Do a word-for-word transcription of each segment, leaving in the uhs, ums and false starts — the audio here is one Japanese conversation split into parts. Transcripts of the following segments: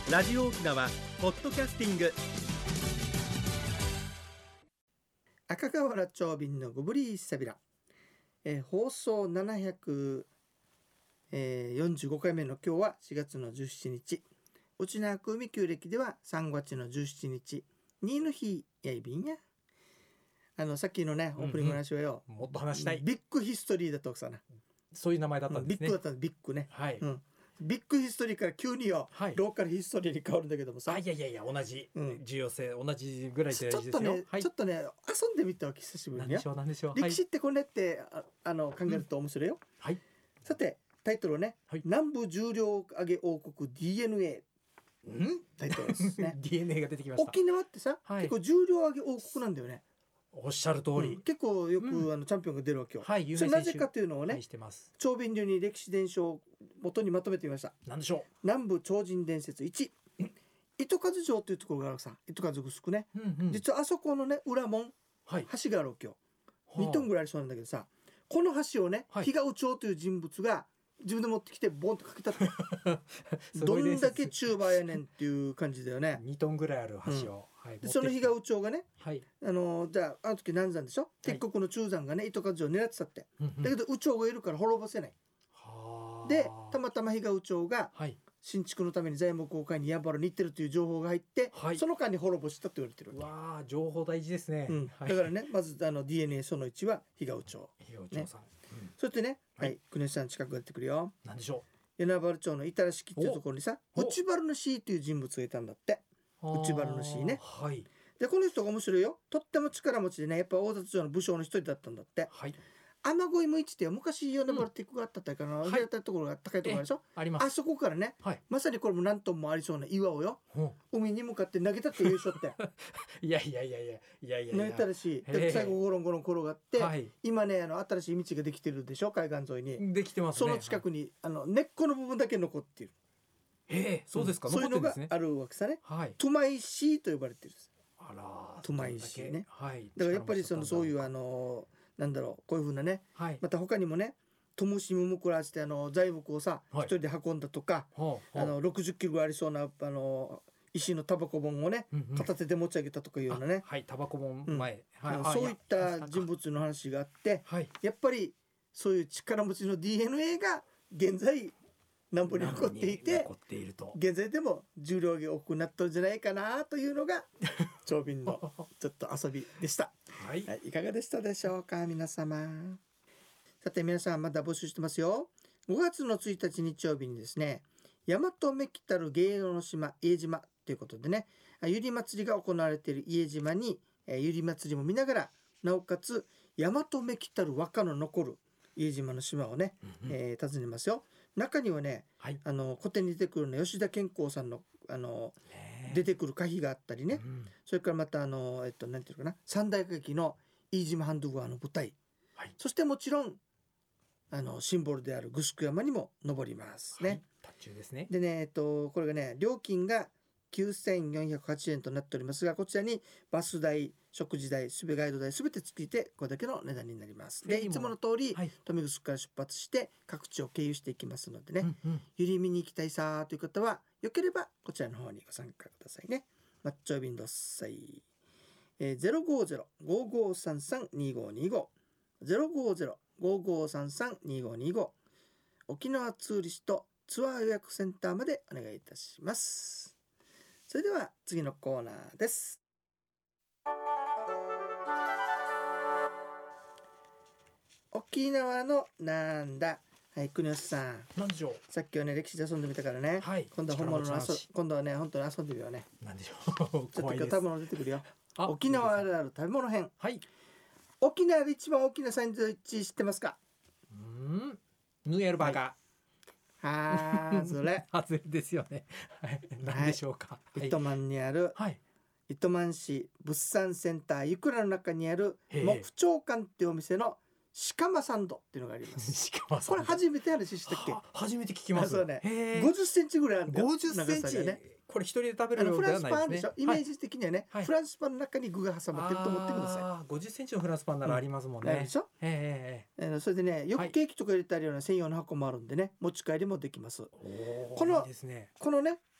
ラジオ沖縄ポッドキャスティング、 赤瓦町便のゴブリーサビラ、えー、放送ななひゃくよんじゅうごかいめの今日はしがつのじゅうしちにち、うちなく海旧暦ではさんがつのじゅうしちにちにの日やいびんや。あのさっきのねオープニングの話はよ、 うんうん、もっと話したい。 ビッグヒストリーだとさな、 そういう名前だったんですね、 うん、ビッグだったビッグね、 はい、 うん、ビッグヒストリーから急によ、はい、ローカルヒストリーに変わるんだけどもさ、 あ、いやいやいや同じ、うん、重要性同じぐらいでちょっとね、はい、ちょっとね遊んでみたわけ久しぶりに。 何でしょう何でしょう。 歴史ってこれって、はい、あ, あの考えると面白いよ、うん、はい。さてタイトルはね、はい、南部重量挙げ王国 ディーエヌエー、うん、タイトルですねディーエヌエー が出てきました。 沖縄ってさ、はい、結構重量挙げ王国なんだよね。 おっしゃる通り、 うん、結構よく、うん、あのチャンピオンが出るわけよ、 はい、 それなぜかというのをね、 はい、してます。 長便流に歴史伝承を元にまとめてみました。 何でしょう。 南部超人伝説いち、糸数城というところがあるさ、糸数城ね、うんうん、実はあそこのね裏門、はい、橋があるわけよ、はあ、にトンぐらいありそうなんだけどさ、この橋をね、はい、比嘉右長という人物が自分で持ってきてボンとかけたってどんだけチューバーやねんっていう感じだよね。 にトンぐらいある橋を、うん、はい、 でその比嘉右長がね、 はい、 あのじゃああの時南山でしょ、敵国の中山がね糸数城を狙ってたって、はい、だけど右長がいるから滅ぼせない、はあ、でたまたま比嘉右長が、はい、新築のために材木を買いにやんばるに行ってるという情報が入って、はい、その間に滅ぼしたと言われてるわけ。 わあ、情報大事ですね、 うんはい、だからね、まずあの ディーエヌエー そのいちは比嘉右長、 比嘉右長さん、ね、 うん、そしてね、はい、国吉さん近くが出てくるよ。 何でしょう。与那原町の板良敷っていうところにさ、内原の C という人物がいたんだって。内原の C ね、はい、でこの人が面白いよ。とっても力持ちでね、やっぱ大里町の武将の一人だったんだって、はい、雨乞いも一って昔与那原ってがあったかな、うん、はい、ところが高いところでしょ、あります。あそこからね、はい、まさにこれも何トンもありそうな岩をよ、うん、海に向かって投げたって優勝っていやいやいやいやいやいや投げたらしい。で最後ゴロンゴロン転がって、はい、今ねあの新しい道ができてるでしょ、海岸沿いにできてますね。 その近くに、はい、あの根っこの部分だけ残っている。 へえ、そうですか、うん、 そういうのがあるわけさね、はい、トゥマイシーと呼ばれてるんです。 あら、 トゥマイシーね、 はい、 だからやっぱりそのそういうあのなんだろう、こういう風なね、はい、また他にもねトムシムムクラしてあの材木をさ、はい、一人で運んだとか、はあはあ、あのろくじゅっキロありそうなあの石のタバコ本をね、うんうん、片手で持ち上げたとかいうようなね、 はい、タバコ本前、 うん、はい、そういった人物の話があって、はい、やっぱりそういう力持ちの ディーエヌエー が現在南部に残っていて、 っていると現在でも重量が多くなったんじゃないかなというのが長便のちょっと遊びでした、はいはい、いかがでしたでしょうか皆様。さて皆さんまだ募集してますよ。ごがつのついたち日曜日にですね、大和メキタル芸能の島家島ということでね、ゆり祭りが行われている家島にゆり祭りも見ながら、なおかつ大和メキタル和歌の残る家島の島をね、うんうん、えー、訪ねますよ。中にはね、はい、あの古典に出てくるの吉田健康さんの、あの出てくる歌碑があったりね、うん、それからまたあの、えっと、なんていうかな、三大歌劇の飯島ハンドゥ川の舞台、はい、そしてもちろんあのシンボルである城山にも登りますね、はい、 途中ですね。 でね、えっと、これがね料金がきゅうせんよんひゃくはちじゅうえんとなっておりますが、こちらにバス代、食事代、すべガイド代すべてついてこれだけの値段になります。でいつもの通り、はい、富城から出発して各地を経由していきますのでね、うんうん、ゆり見に行きたいさという方はよければこちらの方にご参加くださいね。マッチョビンドッサイ、えー、ゼロごゼロ ごーごーさんさん にーごーにーご ゼロごゼロ ごーごーさんさん にーごーにーご、沖縄ツーリストツアー予約センターまでお願いいたします。それでは次のコーナーです。沖縄のなんだ、はい、国吉さん、 何でしょう。 さっきはね歴史で遊んでみたからね、はい、今度は本物の遊今度はね本当に遊んでみようね。 何でしょうちょっと今日食べ物出てくるよ。沖縄あるある食べ物編、 はい、 沖縄で一番大きなサンドイッチ知ってますか？ うーん、ヌエルバーガー、はい、 あそれ外れですよね、はい、何でしょうか、 はい、糸満にある、はい、糸満市物産センターゆくらの中にある木長館っていうお店の鹿間サンドっていうのがあります。これ初めて話したっけ？ 初めて聞きます。 そうね、ごじゅっセンチぐらいあるんだよ。 ごじゅっセンチ、ね、これ一人で食べるのではないですね。 フランスパンでしょ、イメージ的にはね、はい、フランスパンの中に具が挟まってると思ってください。 あ、ごじゅっセンチのフランスパンならありますもんね、うん、でしょ、えー、それでねよくケーキとか入れてあるような専用の箱もあるんでね、持ち帰りもできます。この、いいですね、このね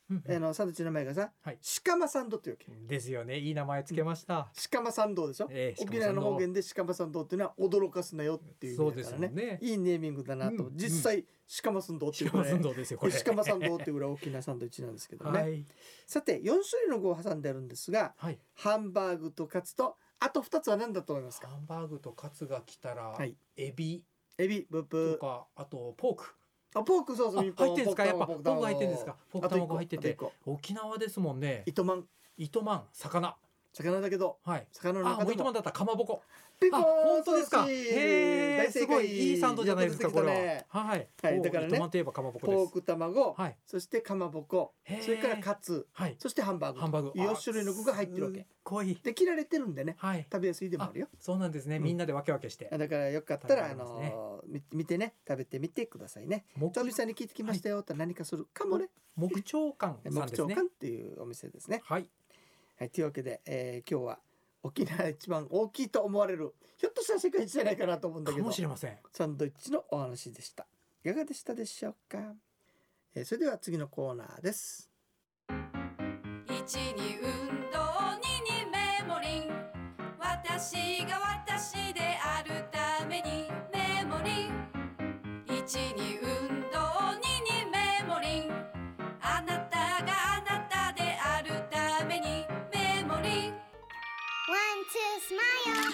うんうん、 あのサンドイッチの名前がさ、 はい、 鹿間サンドっていうわけですよね。いい名前つけました。 鹿間サンドでしょ、 えー、 沖縄の方言で鹿間サンドっていうのは驚かすなよっていう意味だからね。 そうですね。 いいネーミングだなと、うん、実際鹿間サンドっていう鹿間サンドですよこれ。 鹿間サンドっていうぐらい大きなサンドイッチなんですけどね、 はい、 さてよん種類の具を挟んであるんですが、 はい、 ハンバーグとカツとあとふたつは何だと思いますか？ ハンバーグとカツが来たら、 はい、 エビエビブブとか、あとポーク。 あ、ポーク、そうそう、 入ってんですか？やっぱポーク入ってんですか？ポーク卵入ってて、沖縄ですもんね。 糸満、 糸満、魚魚だけど、 はい、 魚の中でも、 あ、もう糸満だったらかまぼこ。 ピコーン、 本当ですか？ へえ、すごいいいサンドじゃないですかこれは。はい、 はい、だからね、 糸満といえばかまぼこです。 ポーク卵、 はい、 そしてかまぼこ、それからカツ、はい、そしてハンバーグ、 ハンバーグ、 よん種類の具が入ってるわけ。 濃い。 で切られてるんでね、 はい、 食べやすいでもあるよ。 そうなんですね。みんなで分け分けして。 だからよかったらあの見てね、食べてみてくださいね。ちょびさんに聞いてきましたよと何かするかもね。 木彫館さんですね。 木彫館っていうお店ですね。 はい。 はい、というわけで、えー、今日は沖縄一番大きいと思われる、ひょっとしたら世界一じゃないかなと思うんだけど、 かもしれません。 サンドイッチのお話でした。いかがでしたでしょうか？えー、それでは次のコーナーです。 いちに運動、ににメモリン、私が私であるためにメモリン、いちに運動、ににメモリン、あなたがあなたであるためにメモリン、 ワンツースマイル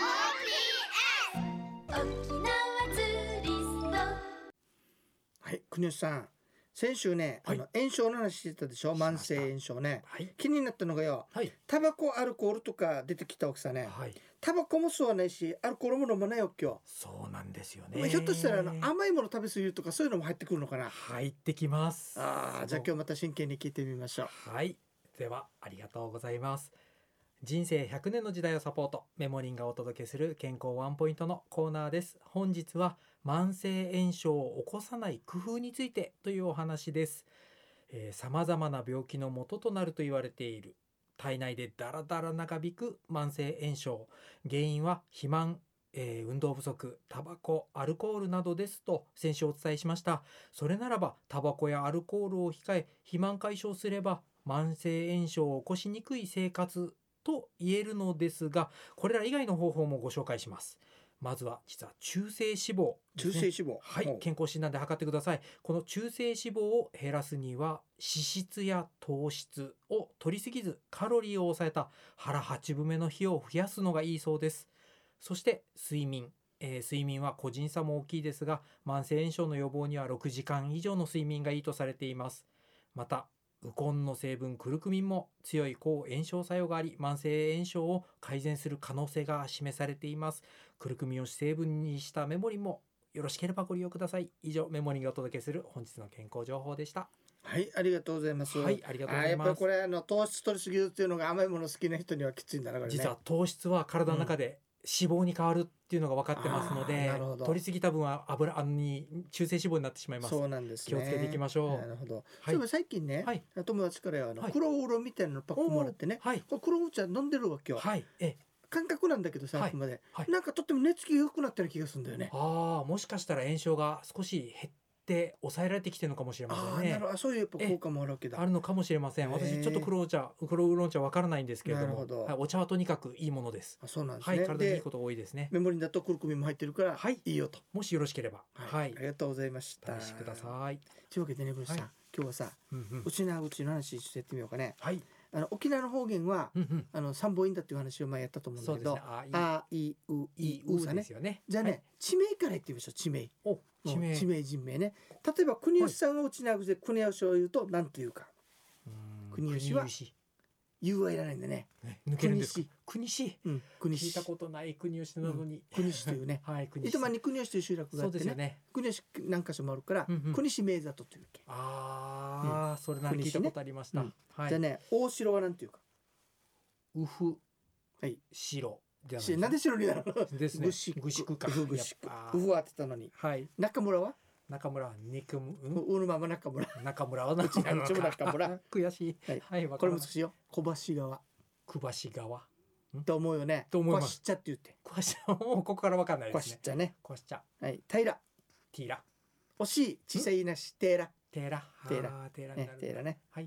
オーピーエス沖縄ツーリスト。 はい、国吉さん、先週ね、はい、あの炎症の話してたでしょ。慢性炎症ね、はい、気になったのがよ、はい、タバコアルコールとか出てきたわけさね、はい、タバコも吸わないしアルコールも飲まないよ今日。 そうなんですよね。 ひょっとしたらあの甘いもの食べ過ぎるとかそういうのも入ってくるのかな。 入ってきます。 ああ、じゃあ今日また真剣に聞いてみましょう。 はい、ではありがとうございます。人生ひゃくねんの時代をサポート、メモリンがお届けする健康ワンポイントのコーナーです。本日は慢性炎症を起こさない工夫についてというお話です。さまざまな病気の元となると言われている体内でだらだら長引く慢性炎症、原因は肥満、えー、運動不足、タバコ、アルコールなどですと先週お伝えしました。それならばタバコやアルコールを控え、肥満解消すれば慢性炎症を起こしにくい生活と言えるのですが、これら以外の方法もご紹介します。まずは実は中性脂肪、ね、 中性脂肪、 はい、健康診断で測ってください。この中性脂肪を減らすには脂質や糖質を摂りすぎず、カロリーを抑えた腹八分目の日を増やすのがいいそうです。そして睡眠、えー、睡眠は個人差も大きいですが、慢性炎症の予防にはろくじかん以上の睡眠がいいとされています。またウコンの成分クルクミンも強い抗炎症作用があり、慢性炎症を改善する可能性が示されています。クルクミンを主成分にしたメモリンもよろしければご利用ください。以上、メモリンがお届けする本日の健康情報でした。 はい、ありがとうございます。 はい、ありがとうございます。 あ、やっぱりこれあの糖質取りすぎるっていうのが甘いもの好きな人にはきついんだな、これね。 実は糖質は体の中で脂肪に変わるっていうのが分かってますので、うん、取りすぎた分は油あのに中性脂肪になってしまいます。 そうなんですね。 気をつけていきましょう。 なるほど。はい、そういえば最近ね、はい、友達からあの、はい、黒ウーロンみたいなのパックもらってね、はい、これ黒ウーロン茶飲んでるわけよ。はい、え感覚なんだけどさ、あくまで、はい、なんかとっても寝つきが良くなったような気がするんだよね。 ああ、もしかしたら炎症が少し減って抑えられてきてるのかもしれませんね。 あ、なるほど、そういうやっぱ効果もあるわけだ。 あるのかもしれません。私ちょっと黒茶、黒ウーロン茶わからないんですけれども、ど、はい、お茶はとにかくいいものです。 あ、そうなんですね。 はい、体にいいこと多いですね。 メモリンだとクルクミンも入ってるから、はい、いいよと。 もしよろしければ、 はい、はい、ありがとうございました。 お試しください。 というわけでね、これさ、はい、今日はさ、うんうん、うちなうちの話してやってみようかね。はい。あの沖縄の方言は、うんうん、あの三本音だっていう話を前やったと思うんだけど、ね、あいういうさね。じゃあね、はい、地名から言ってみましょう。地名。お、地名。地名人名ね。例えば国吉さんがうちなうちで国吉を言うと何て言うか。国吉は言うはいらないんだね。 抜けるんですか。国吉。 うん。国吉。聞いたことない国吉なのに。 国吉というね。はい。国吉。糸満に国吉という集落があってね。国吉何箇所もあるから、国吉名里というけ。 ああ、それなんか聞いたことありました。じゃあね、大城はなんていうか。 うふ。はい。白。 なんで白になるのですね。ぐしくか。 ぐしく。うふはってたのに。はい。中村は中村は肉む。 うぬまま中村。 中村は中村。中村。 悔しい。 はい。これ難しいよ。小橋川。 小橋川。 と思うよね。 と思います。 こしちゃって言って。 こしちゃ、もうここからわかんないですね。 こしちゃね。 こしちゃ。 はい。平。 ティーラ。 惜しい。小さいなし。テーラ。 テーラ。 テーラ。テーラね。はい。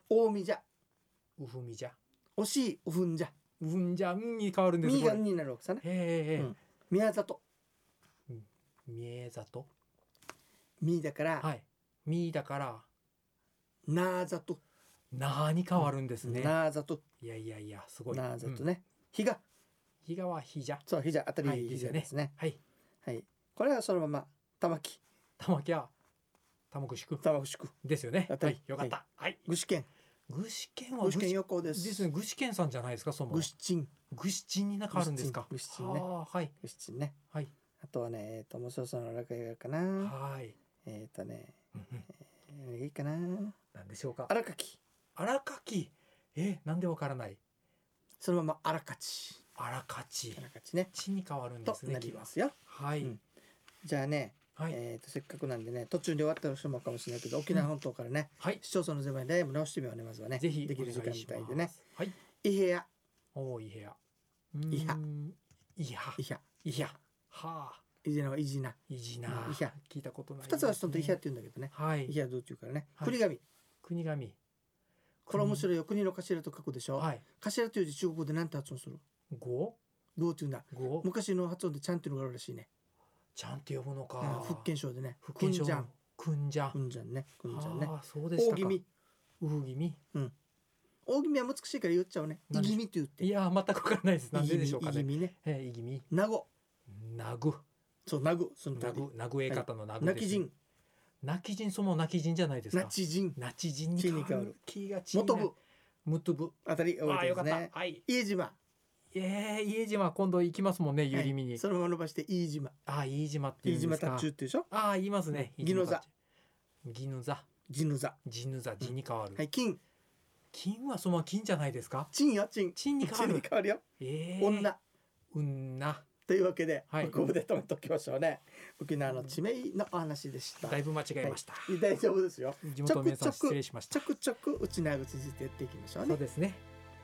大みじゃ、 うふみじゃ、 惜しい、うふんじゃ、 うふんじゃんに変わるんですこれ。 みがんになるわけさね。 へえ、 うん宮里、 みえざと、 みだから、 はい、みだからなーざと、 なに変わるんですね。 なーざと、 いやいやいや、すごい。 なーざとうん、 ね。ひが、 ひがはひじゃ、 そう、ひじゃ、当たりはいひじゃですね。 はい、 はい。これはそのまま、たまき、 たまきゃ、たまくしくたまくしく、 ですよね。 当たりはい、よかった。はい。 ぐしけん、 具志堅はぐしけん横です。 ですね。具志堅さんじゃないですか、その。 ぐしちん、 具志堅にな変わるんですか。 具志堅ねはあ、はい、 ぐしちんね。 はい、 あとはね、えっと、もうそろそろ落語かな。 はい。 えっとね、 うんうん、 えーいいかな。 なんでしょうか。 あらかき、 荒かき。え、なんでわからない。 そのままあらかち、 荒かちあ。らかちね。 ちに変わるんでとすね。 なりますよ。 はい、 うんじゃあね、 はい、 えーとせっかくなんでね、途中で終わった人もかもしれないけど、沖縄本島からね、 はい。 市町村の全部にライブ直してみようね、まずはね。 ぜひできる時間お願いします帯でね。。 はい。 いへや、 おお、いい部屋。 いはうーん。いは。 いひゃ、 いひゃ。はあ。 いじなはいじな。 いじな。 うんいひゃ聞いたことない。 二つはそのといひゃって言うんだけどね。 はいい。 ひゃどうって言うからね。 はい国神。 国神。 これ面白いよ。国の頭と書くでしょ。 はい。 頭という字中国語で何て発音する？ 五。 どうって言うんだ。 五。 昔の発音でちゃんっていうのがあるらしいね。 ちゃんと呼ぶのうんか。 福建省でね。 福建省くんじゃん。 くんじゃん。 くんじゃんね。くんじゃんね。 ああ、そうでしたか。 大気味。 うふぎみ。 大気味は難しいから言っちゃうね。い何でしょうぎみって言って。 いやー、全くわからないです。なんででしょうかね。 いぎみね。 えー、いぎみ。 なご。 なぐ。 そう、なぐ。その通り。 なぐ。なぐえ方のなぐです。 泣き人。 泣き人、その泣き人じゃないですか。 なち人。 なち人に地に変わる気がちにな元部。 むとぶ。 あたり覚ああ、よかったえてますね。。 はい。 家島。 ええ、家島今度行きますもんね、ゆりみに。 はいそのまま伸ばして飯島。 ああ、飯島ってい飯島タうんですか。 ッチューってでしょ。 ああ、言いますね。 ギノザ。 ギヌザ。 ジヌザ。 ジヌザ、ジに変わる。 はい、金。 金はそのまま金じゃないですか。 チンよ、チン。 チンに変わるチンに変わるよ。 ええ。 女。 うんな。 というわけで、 はいここで止めときましょうね。沖縄の地名のお話でした。 だいぶ間違えました。 はい大丈夫ですよ。 地元の皆さんちょくちょく失礼しました。 ちょくちょく内縄口についてやっていきましょうね。 そうですね。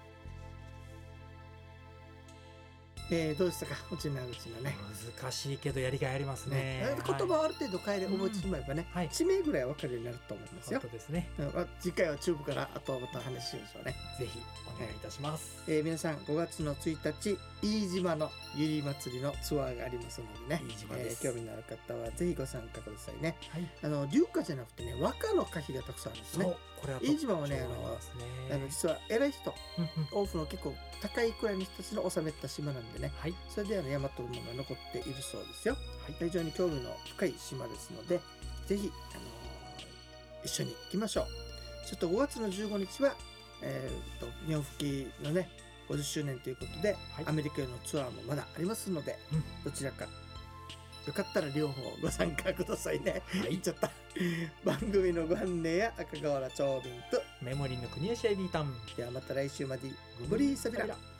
えー、どうでしたか、内縄口のね。 難しいけどやりがいありますね。 ね言葉をある程度変えて覚えてしまえばね、 はい地名ぐらいは分かるようになると思いますよ本当。ですね。 うんまあ次回は中部からあとまた話しましょうね。 ぜひお願いいたします。 えー、皆さんごがつのついたち飯島のゆり祭りのツアーがありますのでね、 飯島ですえー興味のある方はぜひご参加くださいね。 はい。 あの流歌じゃなくてね和歌の歌碑がたくさんあるんですそうね。、 これは飯島はね特徴ありますねあの実は偉い人うんうん多くの結構高いくらいの人たちの治めた島なんでね、 はい。 それであの大和馬が残っているそうですよ。 はい。 非常に興味の深い島ですのでぜひ、あのー一緒に行きましょう。ちょっとごがつのじゅうごにちは、えー、と日本復帰のねごじゅっしゅうねんということで、 はいアメリカへのツアーもまだありますので、 うんどちらかよかったら両方ご参加くださいね。 はい言っちゃった番組のご案内や赤瓦長瓶とメモリーの国吉エビータン。 ではまた来週までご無理さびら。